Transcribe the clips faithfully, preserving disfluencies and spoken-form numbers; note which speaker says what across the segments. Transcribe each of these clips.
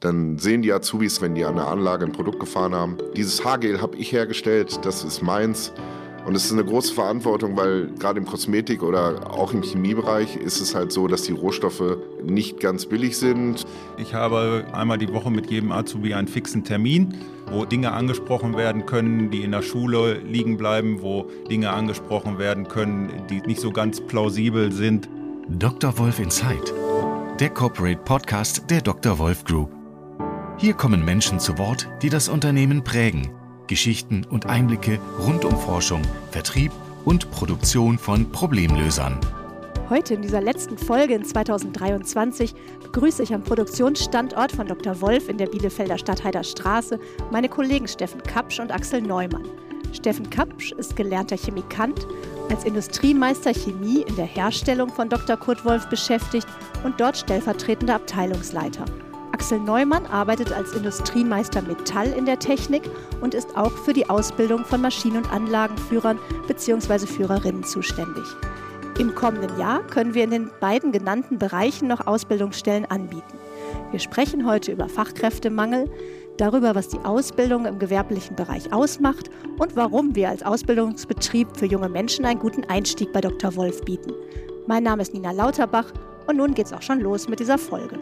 Speaker 1: Dann sehen die Azubis, wenn die an der Anlage ein Produkt gefahren haben, dieses Haargel habe ich hergestellt, das ist meins. Und es ist eine große Verantwortung, weil gerade im Kosmetik- oder auch im Chemiebereich ist es halt so, dass die Rohstoffe nicht ganz billig sind.
Speaker 2: Ich habe einmal die Woche mit jedem Azubi einen fixen Termin, wo Dinge angesprochen werden können, die in der Schule liegen bleiben, wo Dinge angesprochen werden können, die nicht so ganz plausibel sind.
Speaker 3: Doktor Wolf Insight, der Corporate Podcast der Doktor Wolf Group. Hier kommen Menschen zu Wort, die das Unternehmen prägen. Geschichten und Einblicke rund um Forschung, Vertrieb und Produktion von Problemlösern.
Speaker 4: Heute in dieser letzten Folge in zweitausenddreiundzwanzig begrüße ich am Produktionsstandort von Doktor Wolf in der Bielefelder Stadtheider Straße meine Kollegen Steffen Kapsch und Axel Neumann. Steffen Kapsch ist gelernter Chemikant, als Industriemeister Chemie in der Herstellung von Doktor Kurt Wolf beschäftigt und dort stellvertretender Abteilungsleiter. Axel Neumann arbeitet als Industriemeister Metall in der Technik und ist auch für die Ausbildung von Maschinen- und Anlagenführern bzw. Führerinnen zuständig. Im kommenden Jahr können wir in den beiden genannten Bereichen noch Ausbildungsstellen anbieten. Wir sprechen heute über Fachkräftemangel, darüber, was die Ausbildung im gewerblichen Bereich ausmacht und warum wir als Ausbildungsbetrieb für junge Menschen einen guten Einstieg bei Doktor Wolf bieten. Mein Name ist Nina Lauterbach und nun geht's auch schon los mit dieser Folge.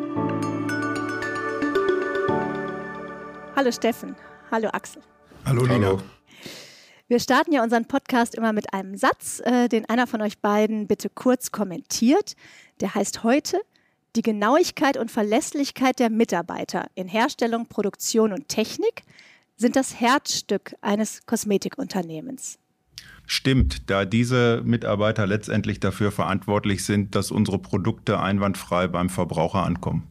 Speaker 4: Hallo Steffen, hallo Axel.
Speaker 2: Hallo Nina.
Speaker 1: Hallo.
Speaker 4: Wir starten ja unseren Podcast immer mit einem Satz, äh, den einer von euch beiden bitte kurz kommentiert. Der heißt heute: Die Genauigkeit und Verlässlichkeit der Mitarbeiter in Herstellung, Produktion und Technik sind das Herzstück eines Kosmetikunternehmens.
Speaker 2: Stimmt, da diese Mitarbeiter letztendlich dafür verantwortlich sind, dass unsere Produkte einwandfrei beim Verbraucher ankommen.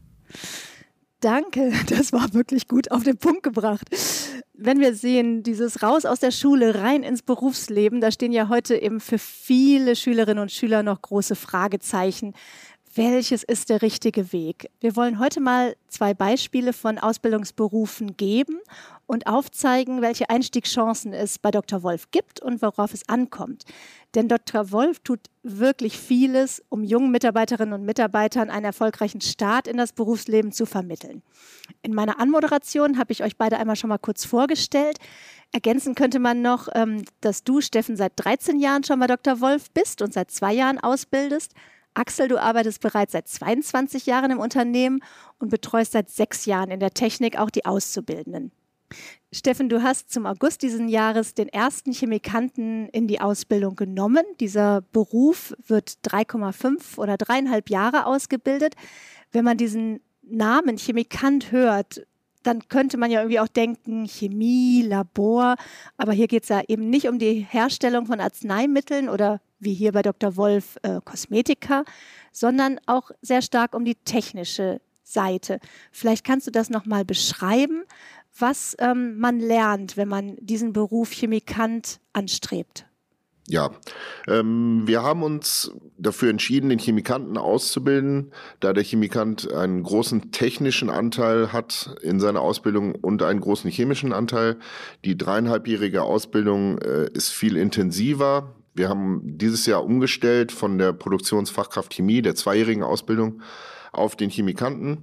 Speaker 4: Danke, das war wirklich gut auf den Punkt gebracht. Wenn wir sehen, dieses Raus aus der Schule, rein ins Berufsleben, da stehen ja heute eben für viele Schülerinnen und Schüler noch große Fragezeichen. Welches ist der richtige Weg? Wir wollen heute mal zwei Beispiele von Ausbildungsberufen geben und aufzeigen, welche Einstiegschancen es bei Doktor Wolf gibt und worauf es ankommt. Denn Doktor Wolf tut wirklich vieles, um jungen Mitarbeiterinnen und Mitarbeitern einen erfolgreichen Start in das Berufsleben zu vermitteln. In meiner Anmoderation habe ich euch beide einmal schon mal kurz vorgestellt. Ergänzen könnte man noch, dass du, Steffen, seit dreizehn Jahren schon bei Doktor Wolf bist und seit zwei Jahren ausbildest. Axel, du arbeitest bereits seit zweiundzwanzig Jahren im Unternehmen und betreust seit sechs Jahren in der Technik auch die Auszubildenden. Steffen, du hast zum August diesen Jahres den ersten Chemikanten in die Ausbildung genommen. Dieser Beruf wird drei Komma fünf oder dreieinhalb Jahre ausgebildet. Wenn man diesen Namen Chemikant hört, dann könnte man ja irgendwie auch denken, Chemie, Labor. Aber hier geht es ja eben nicht um die Herstellung von Arzneimitteln oder wie hier bei Doktor Wolf äh, Kosmetika, sondern auch sehr stark um die technische Seite. Vielleicht kannst du das nochmal beschreiben, was ähm, man lernt, wenn man diesen Beruf Chemikant anstrebt.
Speaker 1: Ja, ähm, wir haben uns dafür entschieden, den Chemikanten auszubilden, da der Chemikant einen großen technischen Anteil hat in seiner Ausbildung und einen großen chemischen Anteil. Die dreieinhalbjährige Ausbildung äh, ist viel intensiver. Wir haben dieses Jahr umgestellt von der Produktionsfachkraft Chemie, der zweijährigen Ausbildung, auf den Chemikanten.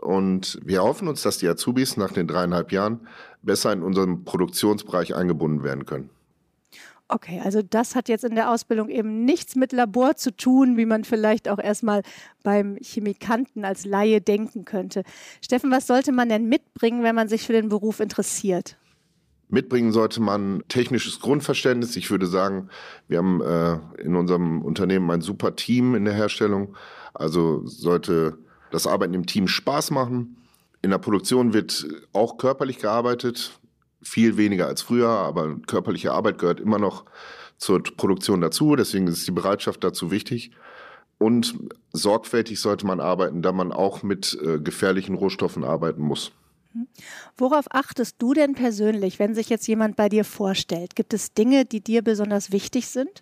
Speaker 1: Und wir hoffen uns, dass die Azubis nach den dreieinhalb Jahren besser in unserem Produktionsbereich eingebunden werden können.
Speaker 4: Okay, also das hat jetzt in der Ausbildung eben nichts mit Labor zu tun, wie man vielleicht auch erstmal beim Chemikanten als Laie denken könnte. Steffen, was sollte man denn mitbringen, wenn man sich für den Beruf interessiert?
Speaker 1: Mitbringen sollte man technisches Grundverständnis. Ich würde sagen, wir haben äh, in unserem Unternehmen ein super Team in der Herstellung. Also sollte das Arbeiten im Team Spaß machen. In der Produktion wird auch körperlich gearbeitet, viel weniger als früher, aber körperliche Arbeit gehört immer noch zur Produktion dazu. Deswegen ist die Bereitschaft dazu wichtig. Und sorgfältig sollte man arbeiten, da man auch mit äh, gefährlichen Rohstoffen arbeiten muss.
Speaker 4: Worauf achtest du denn persönlich, wenn sich jetzt jemand bei dir vorstellt? Gibt es Dinge, die dir besonders wichtig sind?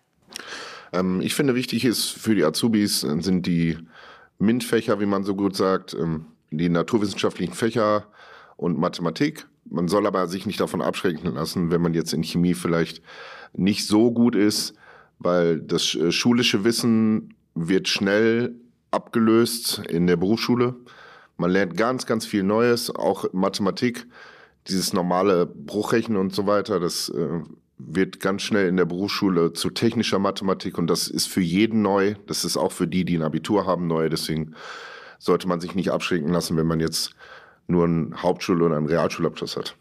Speaker 1: Ähm, ich finde, wichtig ist für die Azubis sind die MINT-Fächer, wie man so gut sagt, ähm, die naturwissenschaftlichen Fächer und Mathematik. Man soll aber sich nicht davon abschrecken lassen, wenn man jetzt in Chemie vielleicht nicht so gut ist, weil das äh, schulische Wissen wird schnell abgelöst in der Berufsschule. Man lernt ganz, ganz viel Neues, auch Mathematik, dieses normale Bruchrechnen und so weiter, das äh, wird ganz schnell in der Berufsschule zu technischer Mathematik und das ist für jeden neu. Das ist auch für die, die ein Abitur haben, neu. Deswegen sollte man sich nicht abschrecken lassen, wenn man jetzt nur einen Hauptschul- oder einen Realschulabschluss hat.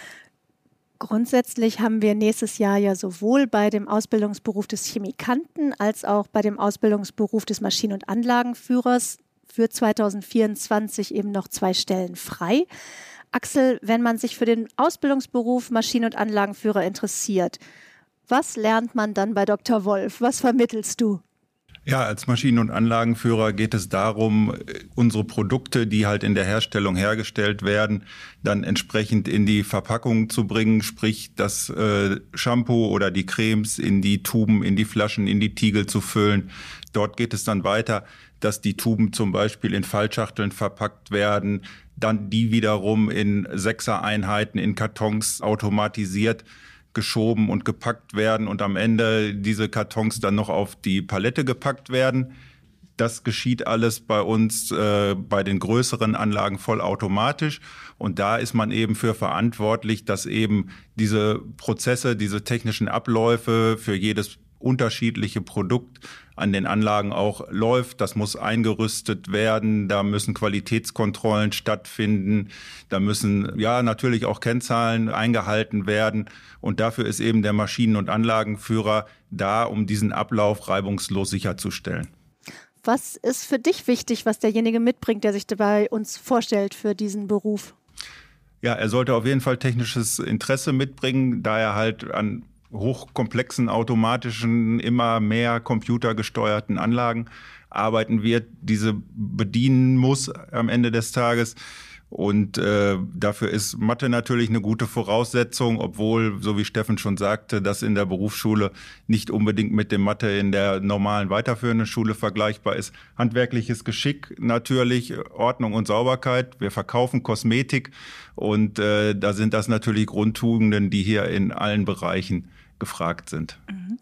Speaker 4: Grundsätzlich haben wir nächstes Jahr ja sowohl bei dem Ausbildungsberuf des Chemikanten als auch bei dem Ausbildungsberuf des Maschinen- und Anlagenführers für zwanzig vierundzwanzig eben noch zwei Stellen frei. Axel, wenn man sich für den Ausbildungsberuf Maschinen- und Anlagenführer interessiert, was lernt man dann bei Doktor Wolf? Was vermittelst du?
Speaker 2: Ja, als Maschinen- und Anlagenführer geht es darum, unsere Produkte, die halt in der Herstellung hergestellt werden, dann entsprechend in die Verpackung zu bringen, sprich das äh, Shampoo oder die Cremes in die Tuben, in die Flaschen, in die Tiegel zu füllen. Dort geht es dann weiter, dass die Tuben zum Beispiel in Fallschachteln verpackt werden, dann die wiederum in Sechser-Einheiten, in Kartons automatisiert geschoben und gepackt werden und am Ende diese Kartons dann noch auf die Palette gepackt werden. Das geschieht alles bei uns äh, bei den größeren Anlagen vollautomatisch und da ist man eben für verantwortlich, dass eben diese Prozesse, diese technischen Abläufe für jedes unterschiedliche Produkt an den Anlagen auch läuft. Das muss eingerüstet werden, da müssen Qualitätskontrollen stattfinden, da müssen ja natürlich auch Kennzahlen eingehalten werden und dafür ist eben der Maschinen- und Anlagenführer da, um diesen Ablauf reibungslos sicherzustellen.
Speaker 4: Was ist für dich wichtig, was derjenige mitbringt, der sich bei uns vorstellt für diesen Beruf?
Speaker 2: Ja, er sollte auf jeden Fall technisches Interesse mitbringen, da er halt an hochkomplexen, automatischen, immer mehr computergesteuerten Anlagen arbeiten wird, diese bedienen muss am Ende des Tages. Und äh, dafür ist Mathe natürlich eine gute Voraussetzung, obwohl, so wie Steffen schon sagte, das in der Berufsschule nicht unbedingt mit dem Mathe in der normalen weiterführenden Schule vergleichbar ist. Handwerkliches Geschick natürlich, Ordnung und Sauberkeit. Wir verkaufen Kosmetik und äh, da sind das natürlich Grundtugenden, die hier in allen Bereichen gefragt sind.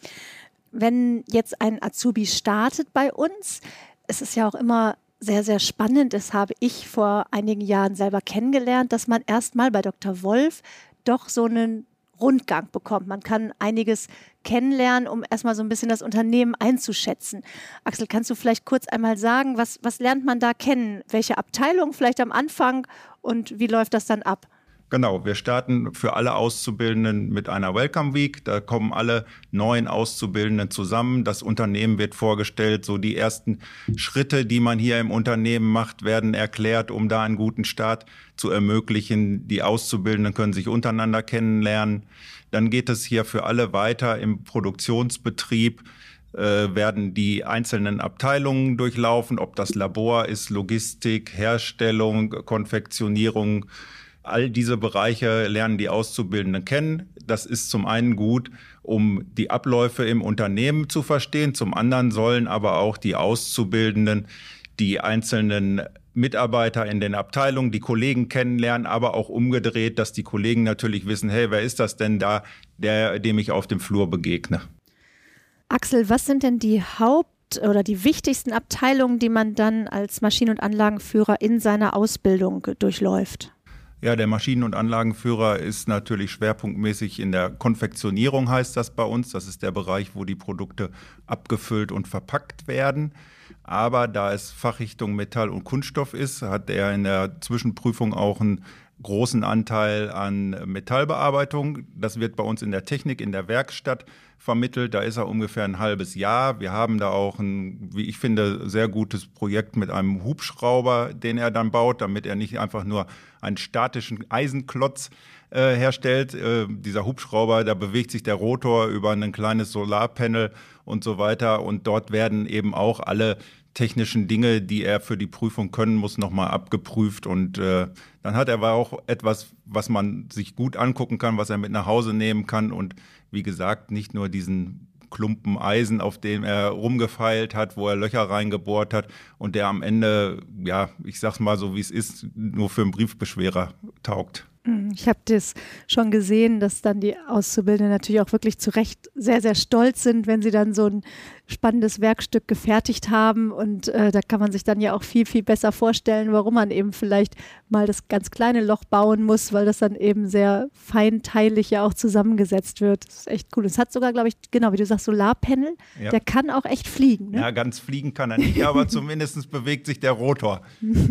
Speaker 4: Wenn jetzt ein Azubi startet bei uns, ist es ja auch immer sehr, sehr spannend. Das habe ich vor einigen Jahren selber kennengelernt, dass man erstmal bei Doktor Wolf doch so einen Rundgang bekommt. Man kann einiges kennenlernen, um erstmal so ein bisschen das Unternehmen einzuschätzen. Axel, kannst du vielleicht kurz einmal sagen, was, was lernt man da kennen? Welche Abteilung vielleicht am Anfang und wie läuft das dann ab?
Speaker 2: Genau, wir starten für alle Auszubildenden mit einer Welcome Week. Da kommen alle neuen Auszubildenden zusammen. Das Unternehmen wird vorgestellt. So die ersten Schritte, die man hier im Unternehmen macht, werden erklärt, um da einen guten Start zu ermöglichen. Die Auszubildenden können sich untereinander kennenlernen. Dann geht es hier für alle weiter im Produktionsbetrieb. Äh, werden die einzelnen Abteilungen durchlaufen, ob das Labor ist, Logistik, Herstellung, Konfektionierung. All diese Bereiche lernen die Auszubildenden kennen. Das ist zum einen gut, um die Abläufe im Unternehmen zu verstehen. Zum anderen sollen aber auch die Auszubildenden die einzelnen Mitarbeiter in den Abteilungen, die Kollegen kennenlernen, aber auch umgedreht, dass die Kollegen natürlich wissen, hey, wer ist das denn da, der, dem ich auf dem Flur begegne?
Speaker 4: Axel, was sind denn die Haupt- oder die wichtigsten Abteilungen, die man dann als Maschinen- und Anlagenführer in seiner Ausbildung durchläuft?
Speaker 2: Ja, der Maschinen- und Anlagenführer ist natürlich schwerpunktmäßig in der Konfektionierung, heißt das bei uns. Das ist der Bereich, wo die Produkte abgefüllt und verpackt werden. Aber da es Fachrichtung Metall und Kunststoff ist, hat er in der Zwischenprüfung auch einen großen Anteil an Metallbearbeitung. Das wird bei uns in der Technik, in der Werkstatt vermittelt. Da ist er ungefähr ein halbes Jahr. Wir haben da auch ein, wie ich finde, sehr gutes Projekt mit einem Hubschrauber, den er dann baut, damit er nicht einfach nur einen statischen Eisenklotz äh, herstellt. Äh, dieser Hubschrauber, da bewegt sich der Rotor über ein kleines Solarpanel und so weiter. Und dort werden eben auch alle technischen Dinge, die er für die Prüfung können muss, nochmal abgeprüft. Und äh, dann hat er aber auch etwas, was man sich gut angucken kann, was er mit nach Hause nehmen kann. Und wie gesagt, nicht nur diesen Klumpen Eisen, auf dem er rumgefeilt hat, wo er Löcher reingebohrt hat und der am Ende, ja, ich sag's mal so, wie es ist, nur für einen Briefbeschwerer taugt.
Speaker 4: Ich habe das schon gesehen, dass dann die Auszubildenden natürlich auch wirklich zu Recht sehr, sehr stolz sind, wenn sie dann so ein spannendes Werkstück gefertigt haben. Und äh, da kann man sich dann ja auch viel, viel besser vorstellen, warum man eben vielleicht mal das ganz kleine Loch bauen muss, weil das dann eben sehr feinteilig ja auch zusammengesetzt wird. Das ist echt cool. Es hat sogar, glaube ich, genau wie du sagst, Solarpanel. Ja. Der kann auch echt fliegen. Ne?
Speaker 2: Ja, ganz fliegen kann er nicht, aber zumindest bewegt sich der Rotor.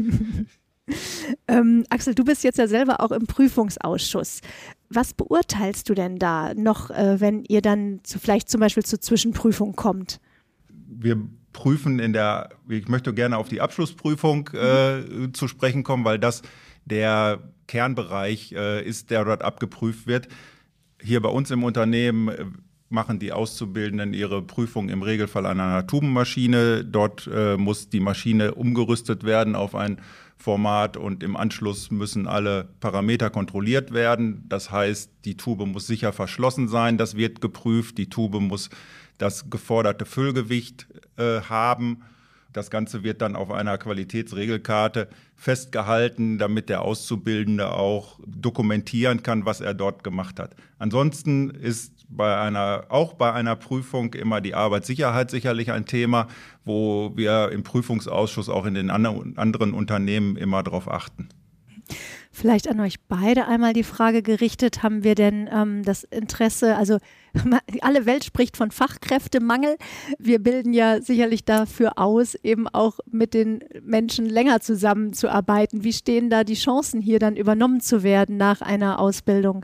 Speaker 4: Ähm, Axel, du bist jetzt ja selber auch im Prüfungsausschuss. Was beurteilst du denn da noch, äh, wenn ihr dann zu, vielleicht zum Beispiel zur Zwischenprüfung kommt?
Speaker 2: Wir prüfen in der, ich möchte gerne auf die Abschlussprüfung äh, mhm. zu sprechen kommen, weil das der Kernbereich äh, ist, der dort abgeprüft wird. Hier bei uns im Unternehmen äh, machen die Auszubildenden ihre Prüfung im Regelfall an einer Tubenmaschine. Dort äh, muss die Maschine umgerüstet werden auf ein Format und im Anschluss müssen alle Parameter kontrolliert werden. Das heißt, die Tube muss sicher verschlossen sein, das wird geprüft. Die Tube muss das geforderte Füllgewicht äh, haben. Das Ganze wird dann auf einer Qualitätsregelkarte festgehalten, damit der Auszubildende auch dokumentieren kann, was er dort gemacht hat. Ansonsten ist bei einer, auch bei einer Prüfung immer die Arbeitssicherheit sicherlich ein Thema, wo wir im Prüfungsausschuss auch in den anderen Unternehmen immer darauf achten.
Speaker 4: Vielleicht an euch beide einmal die Frage gerichtet, haben wir denn ähm, das Interesse, also alle Welt spricht von Fachkräftemangel. Wir bilden ja sicherlich dafür aus, eben auch mit den Menschen länger zusammenzuarbeiten. Wie stehen da die Chancen, hier dann übernommen zu werden nach einer Ausbildung?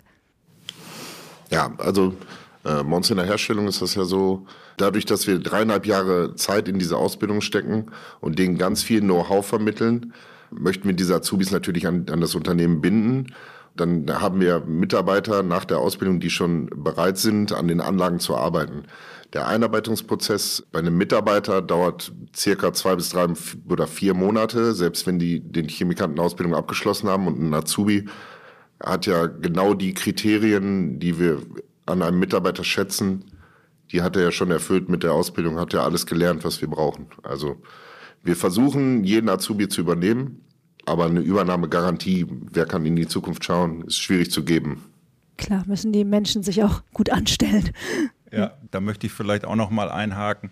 Speaker 1: Ja, also äh, bei uns in der Herstellung ist das ja so, dadurch, dass wir dreieinhalb Jahre Zeit in diese Ausbildung stecken und denen ganz viel Know-how vermitteln, möchten wir diese Azubis natürlich an, an das Unternehmen binden. Dann haben wir Mitarbeiter nach der Ausbildung, die schon bereit sind, an den Anlagen zu arbeiten. Der Einarbeitungsprozess bei einem Mitarbeiter dauert circa zwei bis drei oder vier Monate, selbst wenn die den Chemikantenausbildung abgeschlossen haben. Und ein Azubi hat ja genau die Kriterien, die wir an einem Mitarbeiter schätzen, die hat er ja schon erfüllt mit der Ausbildung, hat er alles gelernt, was wir brauchen. Also wir versuchen, jeden Azubi zu übernehmen, aber eine Übernahmegarantie, wer kann in die Zukunft schauen, ist schwierig zu geben.
Speaker 4: Klar, müssen die Menschen sich auch gut anstellen.
Speaker 2: Ja, da möchte ich vielleicht auch noch mal einhaken.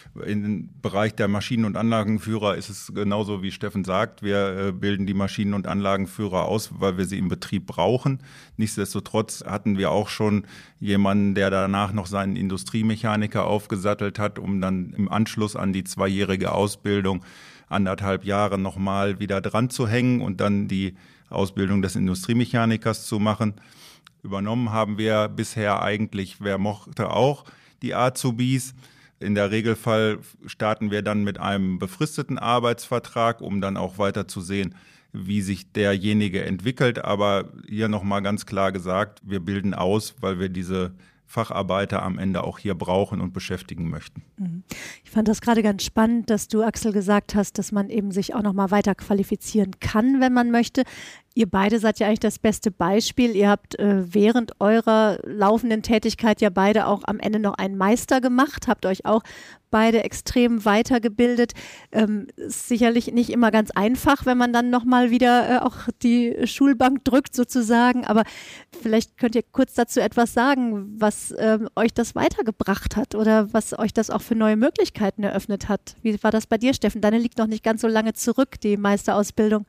Speaker 2: Im Bereich der Maschinen- und Anlagenführer ist es genauso, wie Steffen sagt. Wir bilden die Maschinen- und Anlagenführer aus, weil wir sie im Betrieb brauchen. Nichtsdestotrotz hatten wir auch schon jemanden, der danach noch seinen Industriemechaniker aufgesattelt hat, um dann im Anschluss an die zweijährige Ausbildung anderthalb Jahre nochmal wieder dran zu hängen und dann die Ausbildung des Industriemechanikers zu machen. Übernommen haben wir bisher eigentlich, wer mochte auch, die Azubis. In der Regelfall starten wir dann mit einem befristeten Arbeitsvertrag, um dann auch weiter zu sehen, wie sich derjenige entwickelt. Aber hier nochmal ganz klar gesagt, wir bilden aus, weil wir diese Facharbeiter am Ende auch hier brauchen und beschäftigen möchten.
Speaker 4: Ich fand das gerade ganz spannend, dass du, Axel, gesagt hast, dass man eben sich auch noch mal weiter qualifizieren kann, wenn man möchte. Ihr beide seid ja eigentlich das beste Beispiel. Ihr habt äh, während eurer laufenden Tätigkeit ja beide auch am Ende noch einen Meister gemacht, habt euch auch beide extrem weitergebildet. Ähm, ist sicherlich nicht immer ganz einfach, wenn man dann nochmal wieder äh, auch die Schulbank drückt sozusagen, aber vielleicht könnt ihr kurz dazu etwas sagen, was ähm, euch das weitergebracht hat oder was euch das auch für neue Möglichkeiten eröffnet hat. Wie war das bei dir, Steffen? Deine liegt noch nicht ganz so lange zurück, die Meisterausbildung.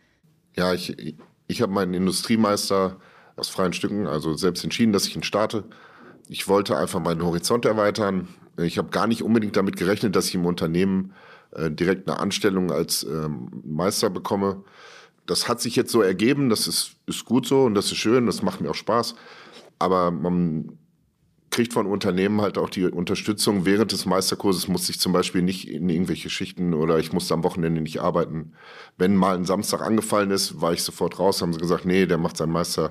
Speaker 1: Ja, ich, ich habe meinen Industriemeister aus freien Stücken, also selbst entschieden, dass ich ihn starte. Ich wollte einfach meinen Horizont erweitern. Ich habe gar nicht unbedingt damit gerechnet, dass ich im Unternehmen äh, direkt eine Anstellung als ähm, Meister bekomme. Das hat sich jetzt so ergeben, das ist, ist gut so und das ist schön, das macht mir auch Spaß. Aber man kriegt von Unternehmen halt auch die Unterstützung. Während des Meisterkurses musste ich zum Beispiel nicht in irgendwelche Schichten oder ich musste am Wochenende nicht arbeiten. Wenn mal ein Samstag angefallen ist, war ich sofort raus, haben sie gesagt, nee, der macht seinen Meister,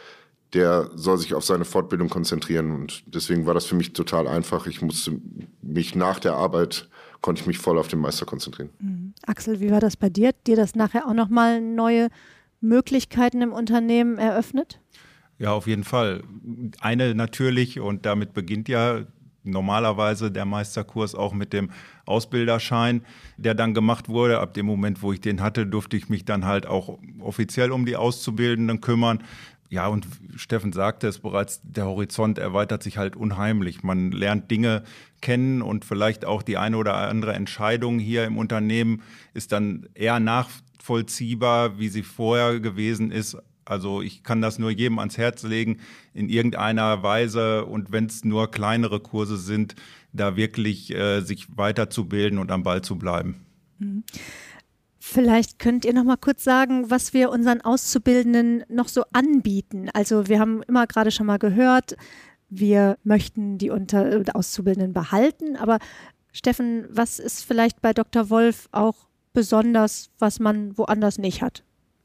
Speaker 1: der soll sich auf seine Fortbildung konzentrieren. Und deswegen war das für mich total einfach. Ich musste mich nach der Arbeit, konnte ich mich voll auf den Meister konzentrieren.
Speaker 4: Mhm. Axel, wie war das bei dir? Dir das nachher auch nochmal neue Möglichkeiten im Unternehmen eröffnet?
Speaker 2: Ja, auf jeden Fall. Eine natürlich, und damit beginnt ja normalerweise der Meisterkurs auch mit dem Ausbilderschein, der dann gemacht wurde. Ab dem Moment, wo ich den hatte, durfte ich mich dann halt auch offiziell um die Auszubildenden kümmern. Ja, und Steffen sagte es bereits, der Horizont erweitert sich halt unheimlich. Man lernt Dinge kennen und vielleicht auch die eine oder andere Entscheidung hier im Unternehmen ist dann eher nachvollziehbar, wie sie vorher gewesen ist. Also ich kann das nur jedem ans Herz legen, in irgendeiner Weise und wenn es nur kleinere Kurse sind, da wirklich äh, sich weiterzubilden und am Ball zu bleiben.
Speaker 4: Mhm. Vielleicht könnt ihr noch mal kurz sagen, was wir unseren Auszubildenden noch so anbieten. Also wir haben immer gerade schon mal gehört, wir möchten die Unter- Auszubildenden behalten. Aber Steffen, was ist vielleicht bei Doktor Wolf auch besonders, was man woanders nicht hat?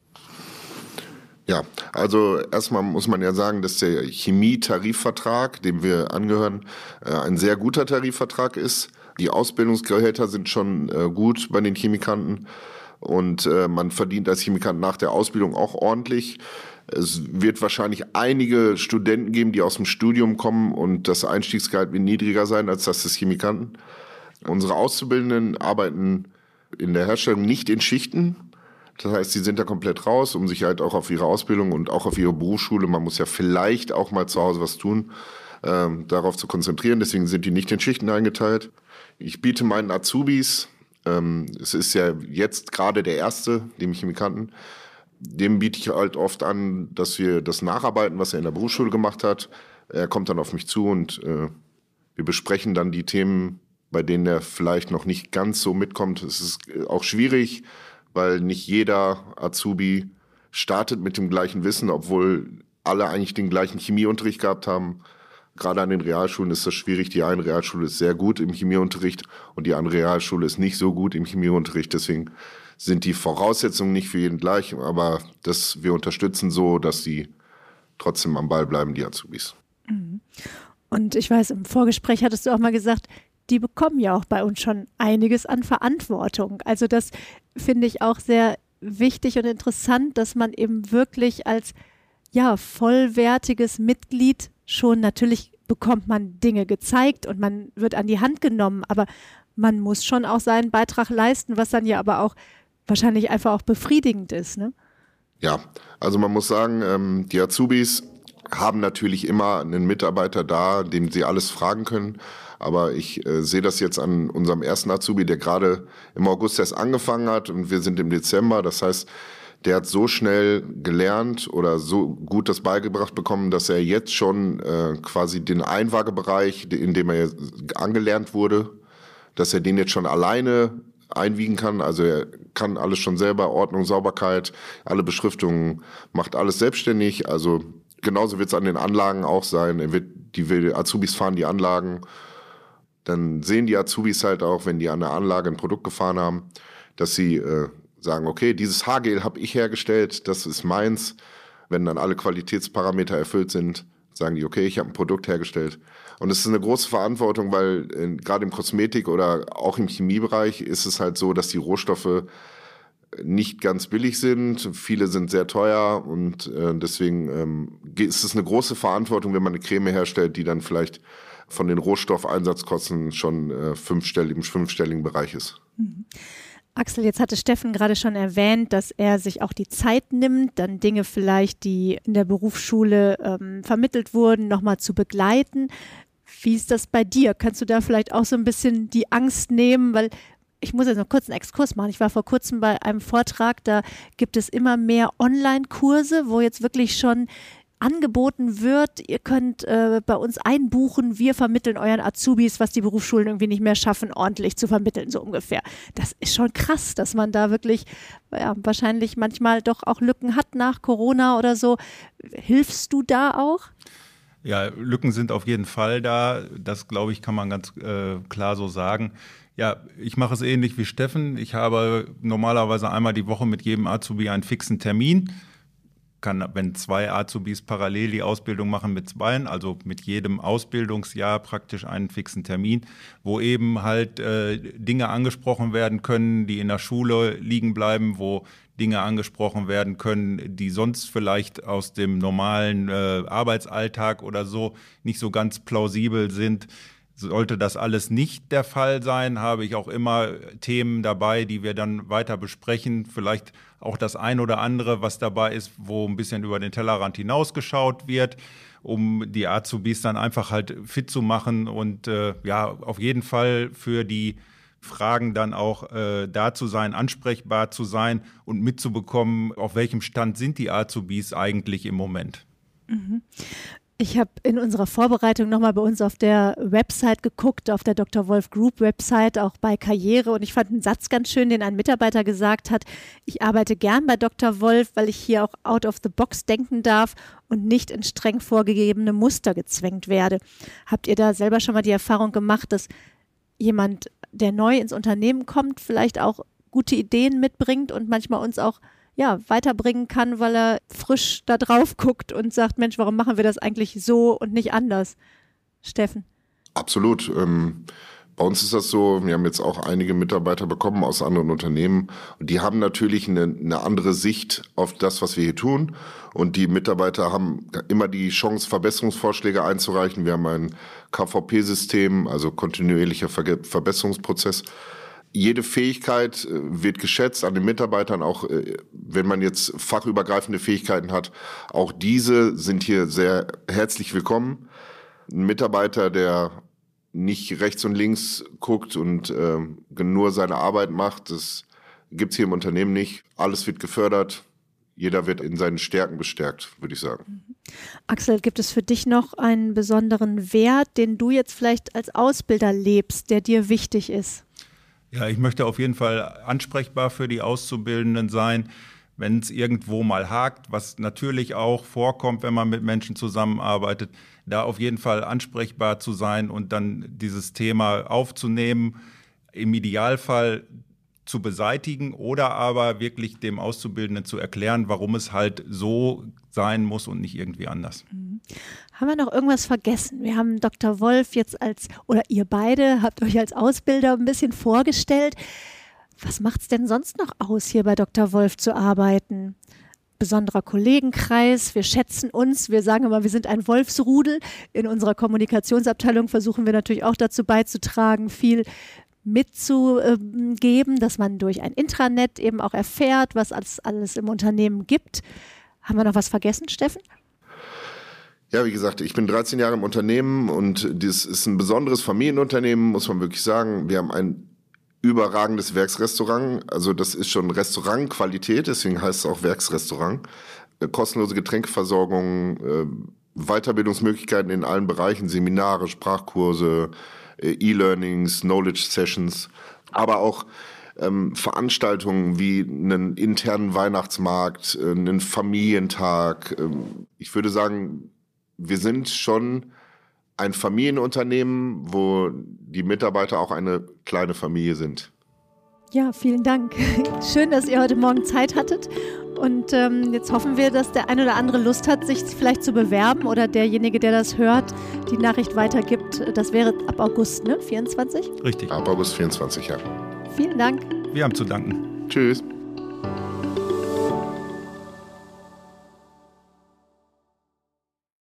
Speaker 1: Ja, also erstmal muss man ja sagen, dass der Chemie-Tarifvertrag, dem wir angehören, ein sehr guter Tarifvertrag ist. Die Ausbildungsgehälter sind schon gut bei den Chemikanten. Und äh, man verdient als Chemikant nach der Ausbildung auch ordentlich. Es wird wahrscheinlich einige Studenten geben, die aus dem Studium kommen und das Einstiegsgehalt wird niedriger sein als das des Chemikanten. Unsere Auszubildenden arbeiten in der Herstellung nicht in Schichten. Das heißt, sie sind da komplett raus, um sich halt auch auf ihre Ausbildung und auch auf ihre Berufsschule, man muss ja vielleicht auch mal zu Hause was tun, äh, darauf zu konzentrieren. Deswegen sind die nicht in Schichten eingeteilt. Ich biete meinen Azubis, Ähm, es ist ja jetzt gerade der erste, dem Chemikanten, dem biete ich halt oft an, dass wir das nacharbeiten, was er in der Berufsschule gemacht hat. Er kommt dann auf mich zu und äh, wir besprechen dann die Themen, bei denen er vielleicht noch nicht ganz so mitkommt. Es ist auch schwierig, weil nicht jeder Azubi startet mit dem gleichen Wissen, obwohl alle eigentlich den gleichen Chemieunterricht gehabt haben. Gerade an den Realschulen ist das schwierig. Die eine Realschule ist sehr gut im Chemieunterricht und die andere Realschule ist nicht so gut im Chemieunterricht. Deswegen sind die Voraussetzungen nicht für jeden gleich, aber das, wir unterstützen so, dass die trotzdem am Ball bleiben, die Azubis.
Speaker 4: Und ich weiß, im Vorgespräch hattest du auch mal gesagt, die bekommen ja auch bei uns schon einiges an Verantwortung. Also das finde ich auch sehr wichtig und interessant, dass man eben wirklich als ja, vollwertiges Mitglied schon, natürlich bekommt man Dinge gezeigt und man wird an die Hand genommen, aber man muss schon auch seinen Beitrag leisten, was dann ja aber auch wahrscheinlich einfach auch befriedigend ist, ne?
Speaker 1: Ja, also man muss sagen, ähm, die Azubis haben natürlich immer einen Mitarbeiter da, dem sie alles fragen können, aber ich äh, sehe das jetzt an unserem ersten Azubi, der gerade im August erst angefangen hat und wir sind im Dezember, das heißt, der hat so schnell gelernt oder so gut das beigebracht bekommen, dass er jetzt schon äh, quasi den Einwaagebereich, in dem er angelernt wurde, dass er den jetzt schon alleine einwiegen kann. Also er kann alles schon selber, Ordnung, Sauberkeit, alle Beschriftungen, macht alles selbstständig. Also genauso wird es an den Anlagen auch sein. Er wird, die Azubis fahren die Anlagen. Dann sehen die Azubis halt auch, wenn die an der Anlage ein Produkt gefahren haben, dass sie äh, sagen, okay, dieses Haargel habe ich hergestellt, das ist meins. Wenn dann alle Qualitätsparameter erfüllt sind, sagen die, okay, ich habe ein Produkt hergestellt. Und es ist eine große Verantwortung, weil äh, gerade im Kosmetik- oder auch im Chemiebereich ist es halt so, dass die Rohstoffe nicht ganz billig sind. Viele sind sehr teuer und äh, deswegen ähm, ist es eine große Verantwortung, wenn man eine Creme herstellt, die dann vielleicht von den Rohstoffeinsatzkosten schon äh, fünfstellig, im fünfstelligen Bereich ist.
Speaker 4: Mhm. Axel, jetzt hatte Steffen gerade schon erwähnt, dass er sich auch die Zeit nimmt, dann Dinge vielleicht, die in der Berufsschule ähm, vermittelt wurden, nochmal zu begleiten. Wie ist das bei dir? Kannst du da vielleicht auch so ein bisschen die Angst nehmen? Weil ich muss jetzt noch kurz einen Exkurs machen. Ich war vor kurzem bei einem Vortrag, da gibt es immer mehr Online-Kurse, wo jetzt wirklich schon angeboten wird, ihr könnt äh, bei uns einbuchen, wir vermitteln euren Azubis, was die Berufsschulen irgendwie nicht mehr schaffen, ordentlich zu vermitteln, so ungefähr. Das ist schon krass, dass man da wirklich ja, wahrscheinlich manchmal doch auch Lücken hat nach Corona oder so. Hilfst du da auch?
Speaker 2: Ja, Lücken sind auf jeden Fall da. Das, glaube ich, kann man ganz äh, klar so sagen. Ja, ich mache es ähnlich wie Steffen. Ich habe normalerweise einmal die Woche mit jedem Azubi einen fixen Termin. Kann, wenn zwei Azubis parallel die Ausbildung machen mit zweien, also mit jedem Ausbildungsjahr praktisch einen fixen Termin, wo eben halt äh, Dinge angesprochen werden können, die in der Schule liegen bleiben, wo Dinge angesprochen werden können, die sonst vielleicht aus dem normalen äh, Arbeitsalltag oder so nicht so ganz plausibel sind. Sollte das alles nicht der Fall sein, habe ich auch immer Themen dabei, die wir dann weiter besprechen. Vielleicht auch das ein oder andere, was dabei ist, wo ein bisschen über den Tellerrand hinausgeschaut wird, um die Azubis dann einfach halt fit zu machen und äh, ja, auf jeden Fall für die Fragen dann auch äh, da zu sein, ansprechbar zu sein und mitzubekommen, auf welchem Stand sind die Azubis eigentlich im Moment.
Speaker 4: Mhm. Ich habe in unserer Vorbereitung nochmal bei uns auf der Website geguckt, auf der Doktor Wolf Group Website, auch bei Karriere. Und ich fand einen Satz ganz schön, den ein Mitarbeiter gesagt hat: Ich arbeite gern bei Doktor Wolf, weil ich hier auch out of the box denken darf und nicht in streng vorgegebene Muster gezwängt werde. Habt ihr da selber schon mal die Erfahrung gemacht, dass jemand, der neu ins Unternehmen kommt, vielleicht auch gute Ideen mitbringt und manchmal uns auch ja, weiterbringen kann, weil er frisch da drauf guckt und sagt, Mensch, warum machen wir das eigentlich so und nicht anders? Steffen?
Speaker 1: Absolut. Ähm, bei uns ist das so, wir haben jetzt auch einige Mitarbeiter bekommen aus anderen Unternehmen und die haben natürlich eine, eine andere Sicht auf das, was wir hier tun, und die Mitarbeiter haben immer die Chance, Verbesserungsvorschläge einzureichen. Wir haben ein K V P-System, also kontinuierlicher Ver- Verbesserungsprozess. Jede Fähigkeit wird geschätzt an den Mitarbeitern, auch wenn man jetzt fachübergreifende Fähigkeiten hat. Auch diese sind hier sehr herzlich willkommen. Ein Mitarbeiter, der nicht rechts und links guckt und äh, nur seine Arbeit macht, das gibt's hier im Unternehmen nicht. Alles wird gefördert. Jeder wird in seinen Stärken bestärkt, würde ich sagen.
Speaker 4: Axel, gibt es für dich noch einen besonderen Wert, den du jetzt vielleicht als Ausbilder lebst, der dir wichtig ist?
Speaker 2: Ja, ich möchte auf jeden Fall ansprechbar für die Auszubildenden sein, wenn es irgendwo mal hakt, was natürlich auch vorkommt, wenn man mit Menschen zusammenarbeitet, da auf jeden Fall ansprechbar zu sein und dann dieses Thema aufzunehmen, im Idealfall zu beseitigen oder aber wirklich dem Auszubildenden zu erklären, warum es halt so sein muss und nicht irgendwie anders.
Speaker 4: Mhm. Haben wir noch irgendwas vergessen? Wir haben Doktor Wolf jetzt als, oder ihr beide habt euch als Ausbilder ein bisschen vorgestellt. Was macht es denn sonst noch aus, hier bei Doktor Wolf zu arbeiten? Besonderer Kollegenkreis, wir schätzen uns, wir sagen immer, wir sind ein Wolfsrudel. In unserer Kommunikationsabteilung versuchen wir natürlich auch dazu beizutragen, viel mitzugeben, dass man durch ein Intranet eben auch erfährt, was es alles im Unternehmen gibt. Haben wir noch was vergessen, Steffen?
Speaker 1: Ja, wie gesagt, ich bin dreizehn Jahre im Unternehmen und das ist ein besonderes Familienunternehmen, muss man wirklich sagen. Wir haben ein überragendes Werksrestaurant, also das ist schon Restaurantqualität, deswegen heißt es auch Werksrestaurant. Kostenlose Getränkeversorgung, Weiterbildungsmöglichkeiten in allen Bereichen, Seminare, Sprachkurse, E-Learnings, Knowledge Sessions, aber auch ähm, Veranstaltungen wie einen internen Weihnachtsmarkt, äh, einen Familientag. Ähm, ich würde sagen, wir sind schon ein Familienunternehmen, wo die Mitarbeiter auch eine kleine Familie sind.
Speaker 4: Ja, vielen Dank. Schön, dass ihr heute Morgen Zeit hattet. Und ähm, jetzt hoffen wir, dass der ein oder andere Lust hat, sich vielleicht zu bewerben oder derjenige, der das hört, die Nachricht weitergibt. Das wäre ab August, ne? vierundzwanzig?
Speaker 2: Richtig.
Speaker 1: Ab August vierundzwanzig, ja.
Speaker 4: Vielen Dank.
Speaker 2: Wir haben zu danken.
Speaker 1: Tschüss.